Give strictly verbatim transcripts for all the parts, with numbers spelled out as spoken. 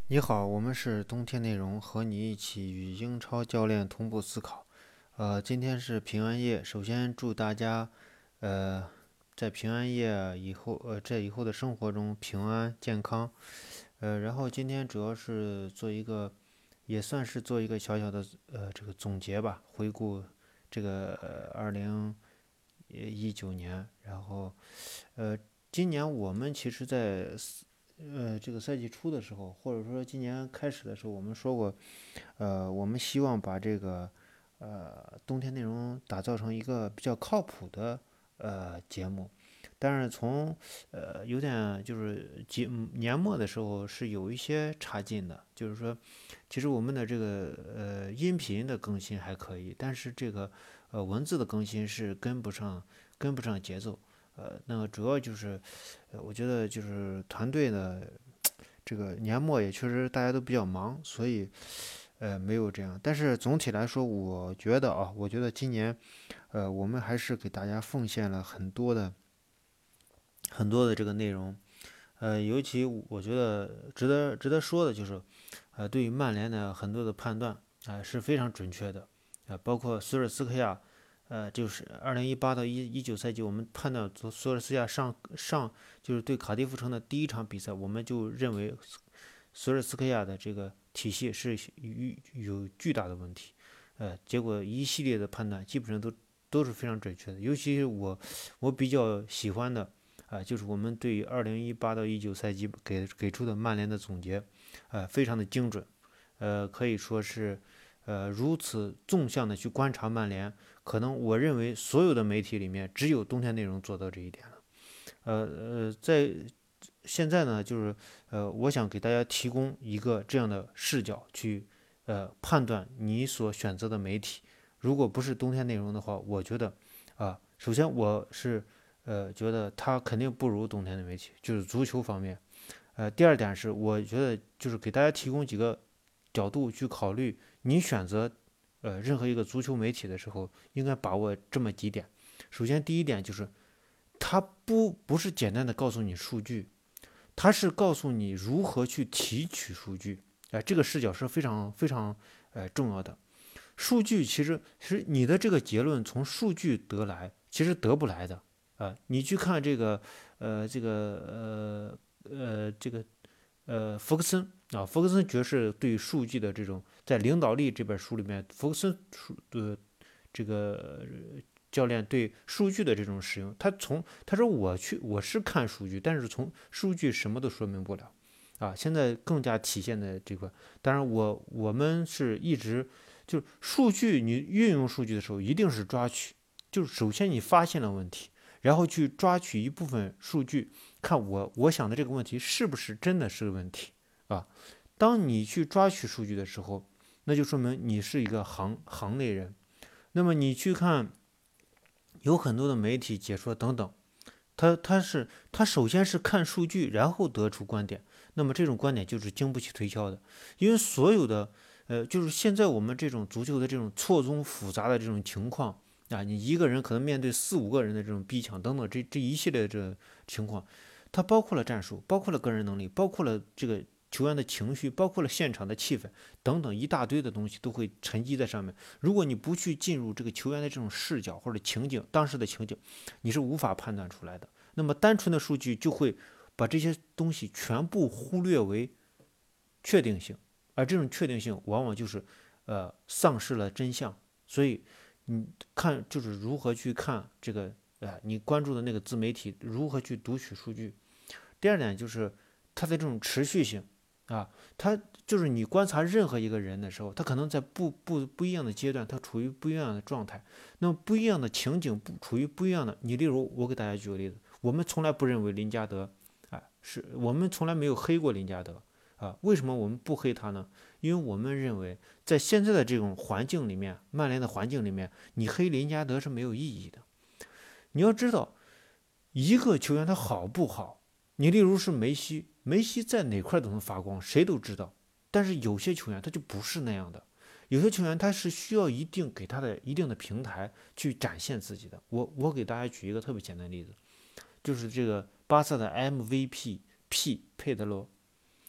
你好，我们是冬天内容，和你一起与英超教练同步思考。呃，今天是平安夜，首先祝大家，呃，在平安夜以后，呃，在以后的生活中平安健康。呃，然后今天主要是做一个，也算是做一个小小的呃这个总结吧，回顾这个呃二零一九年，然后呃，今年我们其实在呃这个赛季初的时候，或者说今年开始的时候，我们说过，呃，我们希望把这个呃冬天内容打造成一个比较靠谱的呃节目。但是从呃有点就是节年末的时候是有一些差劲的，就是说，其实我们的这个呃音频的更新还可以，但是这个呃文字的更新是跟不上跟不上节奏。呃，那个主要就是，呃，我觉得就是团队呢，这个年末也确实大家都比较忙，所以呃没有这样。但是总体来说，我觉得啊，我觉得今年呃我们还是给大家奉献了很多的很多的这个内容。呃，尤其我觉得值得值得说的就是，呃，对于曼联的很多的判断啊、呃是非常准确的，啊、呃包括索尔斯克亚，呃，就是二零一八到一一九赛季，我们判断索索尔斯克亚上上就是对卡迪夫城的第一场比赛，我们就认为索尔斯克亚的这个体系是有有巨大的问题，呃，结果一系列的判断基本上都都是非常准确的，尤其是我我比较喜欢的。啊、呃就是我们对于二零一八到一九赛季给给出的曼联的总结，呃，非常的精准，呃，可以说是，呃，如此纵向的去观察曼联，可能我认为所有的媒体里面只有冬天内容做到这一点了。呃呃，在现在呢，就是呃，我想给大家提供一个这样的视角去呃判断你所选择的媒体，如果不是冬天内容的话，我觉得啊、首先我是呃觉得它肯定不如冬天的媒体，就是足球方面。呃，第二点是我觉得就是给大家提供几个角度去考虑，你选择呃任何一个足球媒体的时候，应该把握这么几点。首先，第一点就是它不不是简单的告诉你数据，它是告诉你如何去提取数据。哎、呃这个视角是非常非常呃重要的。数据其实是你的这个结论从数据得来，其实得不来的。啊、呃你去看这个呃这个呃呃这个呃，福克森啊，福克森爵士对数据的这种在领导力这本书里面，福克森数的这个呃教练对数据的这种使用，他从他说我去我是看数据，但是从数据什么都说明不了啊。现在更加体现在这块，当然我我们是一直就是数据，你运用数据的时候一定是抓取，就是首先你发现了问题，然后去抓取一部分数据，看我我想的这个问题是不是真的是个问题啊？当你去抓取数据的时候，那就说明你是一个行行内人。那么你去看有很多的媒体解说等等，他他是他首先是看数据，然后得出观点。那么这种观点就是经不起推敲的，因为所有的呃，就是现在我们这种足球的这种错综复杂的这种情况啊，你一个人可能面对四五个人的这种逼抢等等，这这一系列的这情况，它包括了战术，包括了个人能力，包括了这个球员的情绪，包括了现场的气氛等等一大堆的东西都会沉积在上面。如果你不去进入这个球员的这种视角或者情景，当时的情景，你是无法判断出来的。那么单纯的数据就会把这些东西全部忽略为确定性，而这种确定性往往就是呃丧失了真相。所以你看，就是如何去看这个呃你关注的那个自媒体如何去读取数据。第二点就是它的这种持续性啊，它就是你观察任何一个人的时候，他可能在不不不一样的阶段，他处于不一样的状态，那么不一样的情景，不处于不一样的。你例如，我给大家举个例子，我们从来不认为林加德，啊，是我们从来没有黑过林加德啊。为什么我们不黑他呢？因为我们认为在现在的这种环境里面，曼联的环境里面，你黑林加德是没有意义的。你要知道，一个球员他好不好，你例如是梅西，梅西在哪块都能发光，谁都知道。但是有些球员他就不是那样的，有些球员他是需要一定给他的一定的平台去展现自己的。我我给大家举一个特别简单的例子，就是这个巴萨的 M V P P 佩德罗。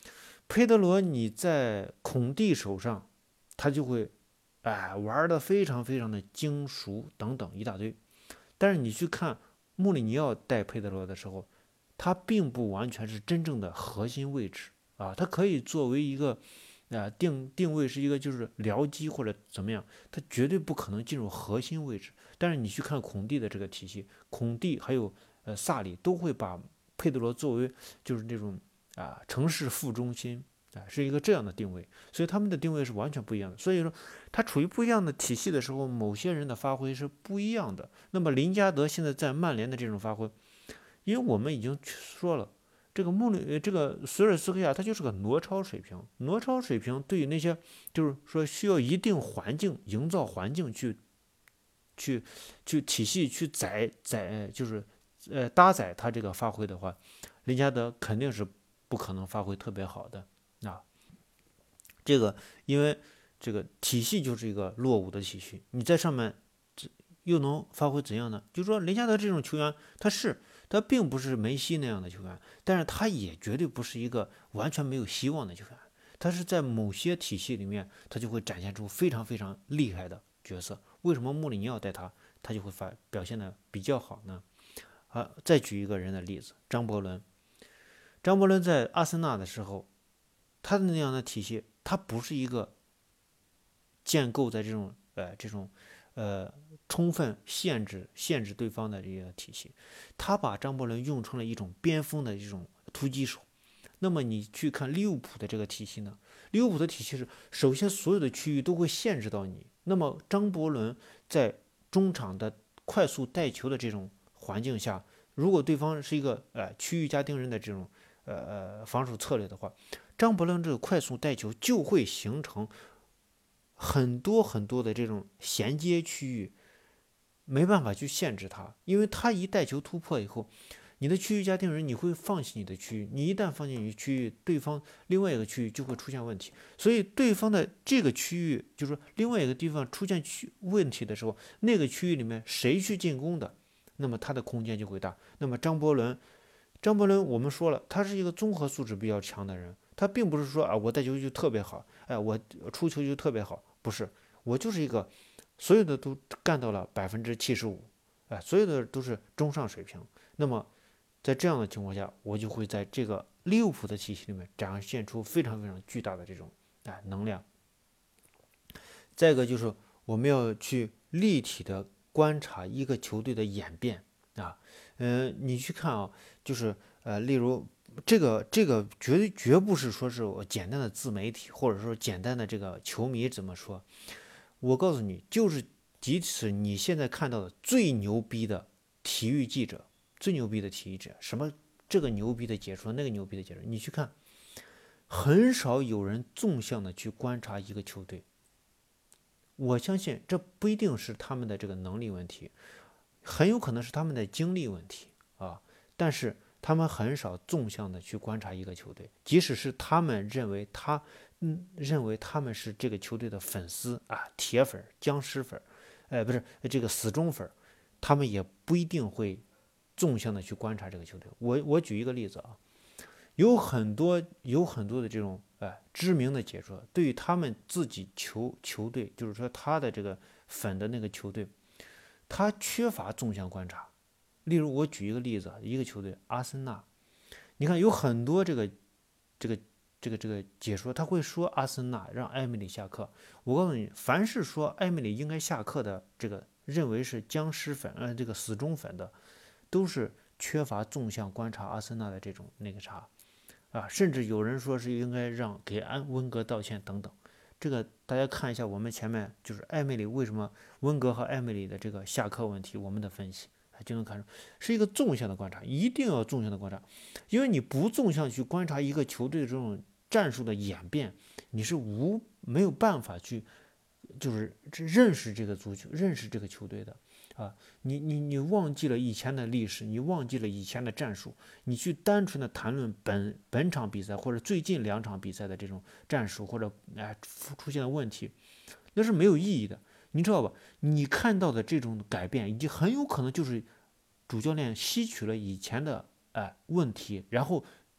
佩德罗你在孔蒂手上，他就会哎玩的非常非常的精熟等等一大堆。但是你去看穆里尼奥带佩德罗的时候，他并不完全是真正的核心位置啊，他可以作为一个啊定定位是一个就是僚机或者怎么样，他绝对不可能进入核心位置。但是你去看孔蒂的这个体系，孔蒂还有呃萨里都会把佩德罗作为就是那种啊城市副中心啊，是一个这样的定位，所以他们的定位是完全不一样的。所以说，他处于不一样的体系的时候，某些人的发挥是不一样的。那么林加德现在在曼联的这种发挥，因为我们已经说了，这个穆里这个索尔斯克亚他就是个挪超水平，挪超水平对于那些就是说需要一定环境营造环境去去去体系去载载就是呃搭载他这个发挥的话，林加德肯定是不可能发挥特别好的啊。这个因为这个体系就是一个落伍的体系，你在上面又能发挥怎样呢？就是说林加德这种球员，他是他并不是梅西那样的球员，但是他也绝对不是一个完全没有希望的球员。他是在某些体系里面，他就会展现出非常非常厉害的角色。为什么穆里尼奥带他，他就会发表现的比较好呢？啊，再举一个人的例子，张伯伦。张伯伦在阿森纳的时候，他的那样的体系，他不是一个建构在这种呃这种呃充分限制限制对方的这个体系，他把张伯伦用成了一种边锋的这种突击手。那么你去看利物浦的这个体系呢？利物浦的体系是首先所有的区域都会限制到你。那么张伯伦在中场的快速带球的这种环境下，如果对方是一个呃区域加盯人的这种呃呃防守策略的话，张伯伦这个快速带球就会形成很多很多的这种衔接区域，没办法去限制他，因为他一带球突破以后，你的区域加盯人，你会放弃你的区域，你一旦放弃你的区域，对方另外一个区域就会出现问题，所以对方的这个区域，就是说另外一个地方出现区问题的时候，那个区域里面谁去进攻的，那么他的空间就会大。那么张伯伦，张伯伦我们说了，他是一个综合素质比较强的人，他并不是说啊我带球就特别好，哎我出球就特别好，不是，我就是一个所有的都干到了百分之七十五，哎，所有的都是中上水平。那么在这样的情况下，我就会在这个利物浦的体系里面展现出非常非常巨大的这种哎能量。再一个就是我们要去立体的观察一个球队的演变啊，嗯、呃，你去看啊，就是呃，例如这个这个绝对绝不是说是我简单的自媒体，或者说简单的这个球迷怎么说，我告诉你，就是即使你现在看到的最牛逼的体育记者，最牛逼的体育记者，什么这个牛逼的解说，那个牛逼的解说，你去看，很少有人纵向的去观察一个球队。我相信这不一定是他们的这个能力问题，很有可能是他们的精力问题啊。但是他们很少纵向的去观察一个球队，即使是他们认为他，嗯，认为他们是这个球队的粉丝啊、铁粉、僵尸粉，哎，不是这个死忠粉，他们也不一定会纵向的去观察这个球队。我我举一个例子啊，有很多有很多的这种哎知名的解说，对于他们自己球球队，就是说他的这个粉的那个球队，他缺乏纵向观察。例如，我举一个例子，一个球队阿森纳，你看有很多这个这个这个这个解说，他会说阿森纳让埃梅里下课。我告诉你，凡是说埃梅里应该下课的，这个认为是僵尸粉，呃，这个死忠粉的，都是缺乏纵向观察阿森纳的这种那个啥啊，甚至有人说是应该让给安温格道歉等等。这个大家看一下，我们前面就是艾梅里为什么温格和艾梅里的这个下课问题，我们的分析就能看出是一个纵向的观察，一定要纵向的观察，因为你不纵向去观察一个球队的这种战术的演变，你是无没有办法去就是认识这个足球，认识这个球队的啊，你你你忘记了以前的历史，你忘记了以前的战术，你去单纯的谈论本本场比赛或者最近两场比赛的这种战术或者哎出现的问题，那是没有意义的，你知道吧？你看到的这种改变，以及很有可能就是主教练吸取了以前的哎问题，然后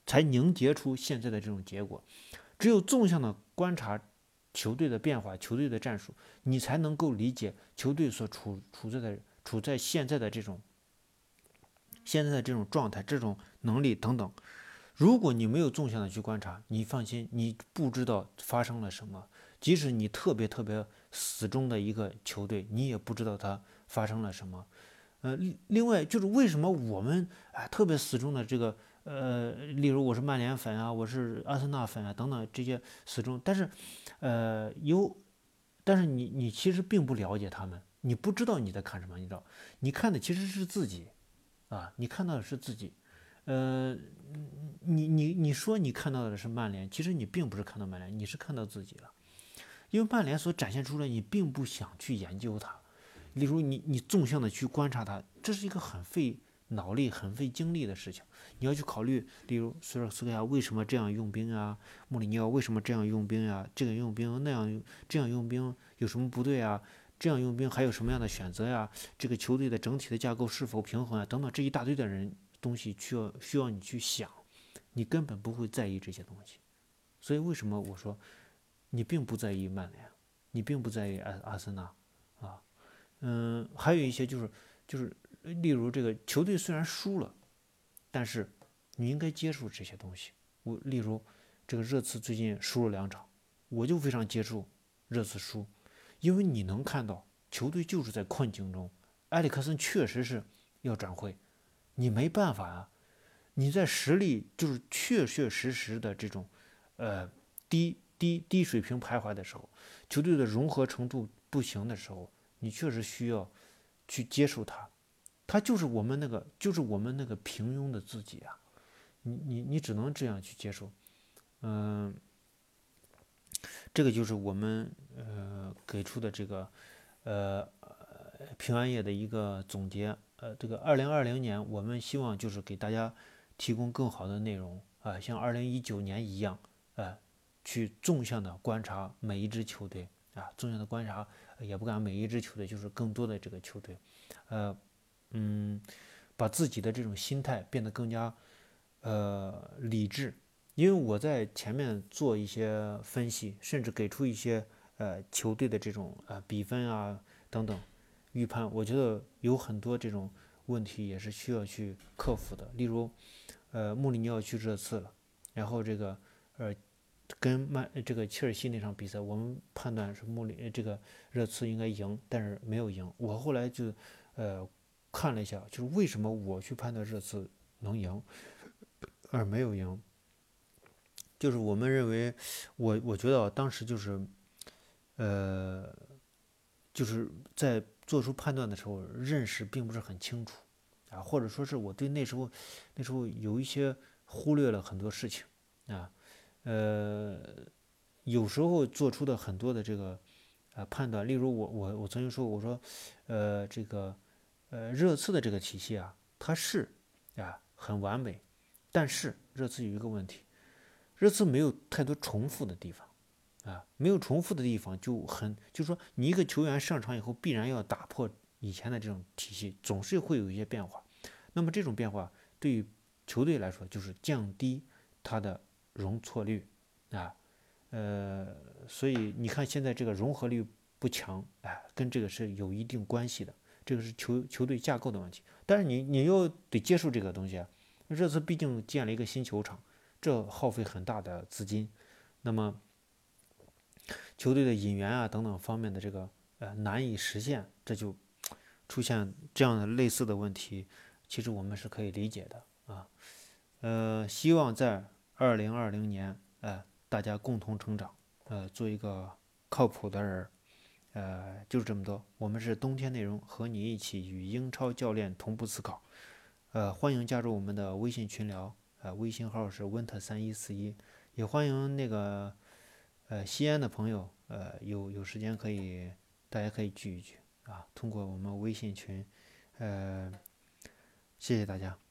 才凝结出现在的这种结果。只有纵向的观察球队的变化、球队的战术，你才能够理解球队所处处在的处在现在的这种现在的这种状态、这种能力等等。如果你没有纵向的去观察，你放心，你不知道发生了什么。即使你特别特别死忠的一个球队，你也不知道它发生了什么。呃，另外就是为什么我们啊特别死忠的这个呃，例如我是曼联粉啊，我是阿森纳粉啊等等这些死忠，但是呃有，但是你你其实并不了解他们，你不知道你在看什么，你知道，你看的其实是自己啊，你看到的是自己。呃，你你你说你看到的是曼联，其实你并不是看到曼联，你是看到自己了。因为曼联所展现出来，你并不想去研究它。例如你，你纵向的去观察它，这是一个很费脑力、很费精力的事情。你要去考虑，例如索尔斯克亚为什么这样用兵啊？穆里尼奥为什么这样用兵啊？这个用兵那样用，这样用兵有什么不对啊？这样用兵还有什么样的选择呀？这个球队的整体的架构是否平衡啊？等等，这一大堆的人东西需要需要你去想，你根本不会在意这些东西。所以为什么我说你并不在意曼联，你并不在意阿阿森纳啊？嗯，还有一些就是就是，例如这个球队虽然输了，但是你应该接受这些东西。我例如这个热刺最近输了两场，我就非常接受热刺输，因为你能看到球队就是在困境中，埃里克森确实是要转会，你没办法啊，你在实力就是确确实实的这种呃低低低水平徘徊的时候，球队的融合程度不行的时候，你确实需要去接受它。它就是我们那个，就是我们那个平庸的自己啊！你你你只能这样去接受。嗯、这个就是我们呃给出的这个呃平安夜的一个总结。呃，这个二零二零年，我们希望就是给大家提供更好的内容啊、像二零一九年一样，呃，去纵向的观察每一支球队啊，纵向的观察，呃也不敢每一支球队，就是更多的这个球队，呃，嗯，把自己的这种心态变得更加呃理智。因为我在前面做一些分析，甚至给出一些呃球队的这种呃比分啊等等预判，我觉得有很多这种问题也是需要去克服的。例如，呃，穆里尼奥去热刺了，然后这个呃跟曼这个切尔西那场比赛，我们判断是穆里这个热刺应该赢，但是没有赢。我后来就呃看了一下，就是为什么我去判断热刺能赢而没有赢，就是我们认为，我我觉得当时就是呃就是在做出判断的时候，认识并不是很清楚啊，或者说是我对那时候那时候有一些忽略了很多事情啊，呃，有时候做出的很多的这个呃判断，例如我我我曾经说我说，呃这个呃热刺的这个体系啊，它是啊很完美，但是热刺有一个问题，热刺没有太多重复的地方。啊，没有重复的地方就很，就是说你一个球员上场以后，必然要打破以前的这种体系，总是会有一些变化。那么这种变化对于球队来说，就是降低它的容错率啊，呃，所以你看现在这个融合率不强，哎，跟这个是有一定关系的，这个是球球队架构的问题。但是你你又得接受这个东西啊，热刺毕竟建了一个新球场，这耗费很大的资金，那么球队的引援啊等等方面的这个呃难以实现，这就出现这样的类似的问题，其实我们是可以理解的啊。呃，希望在二零二零年，呃，大家共同成长，呃，做一个靠谱的人。呃，就是这么多。我们是冬天内容，和你一起与英超教练同步思考。呃，欢迎加入我们的微信群聊，呃，微信号是 winter 三一四一，也欢迎那个呃西安的朋友，呃有有时间可以大家可以聚一聚啊，通过我们微信群，呃，谢谢大家。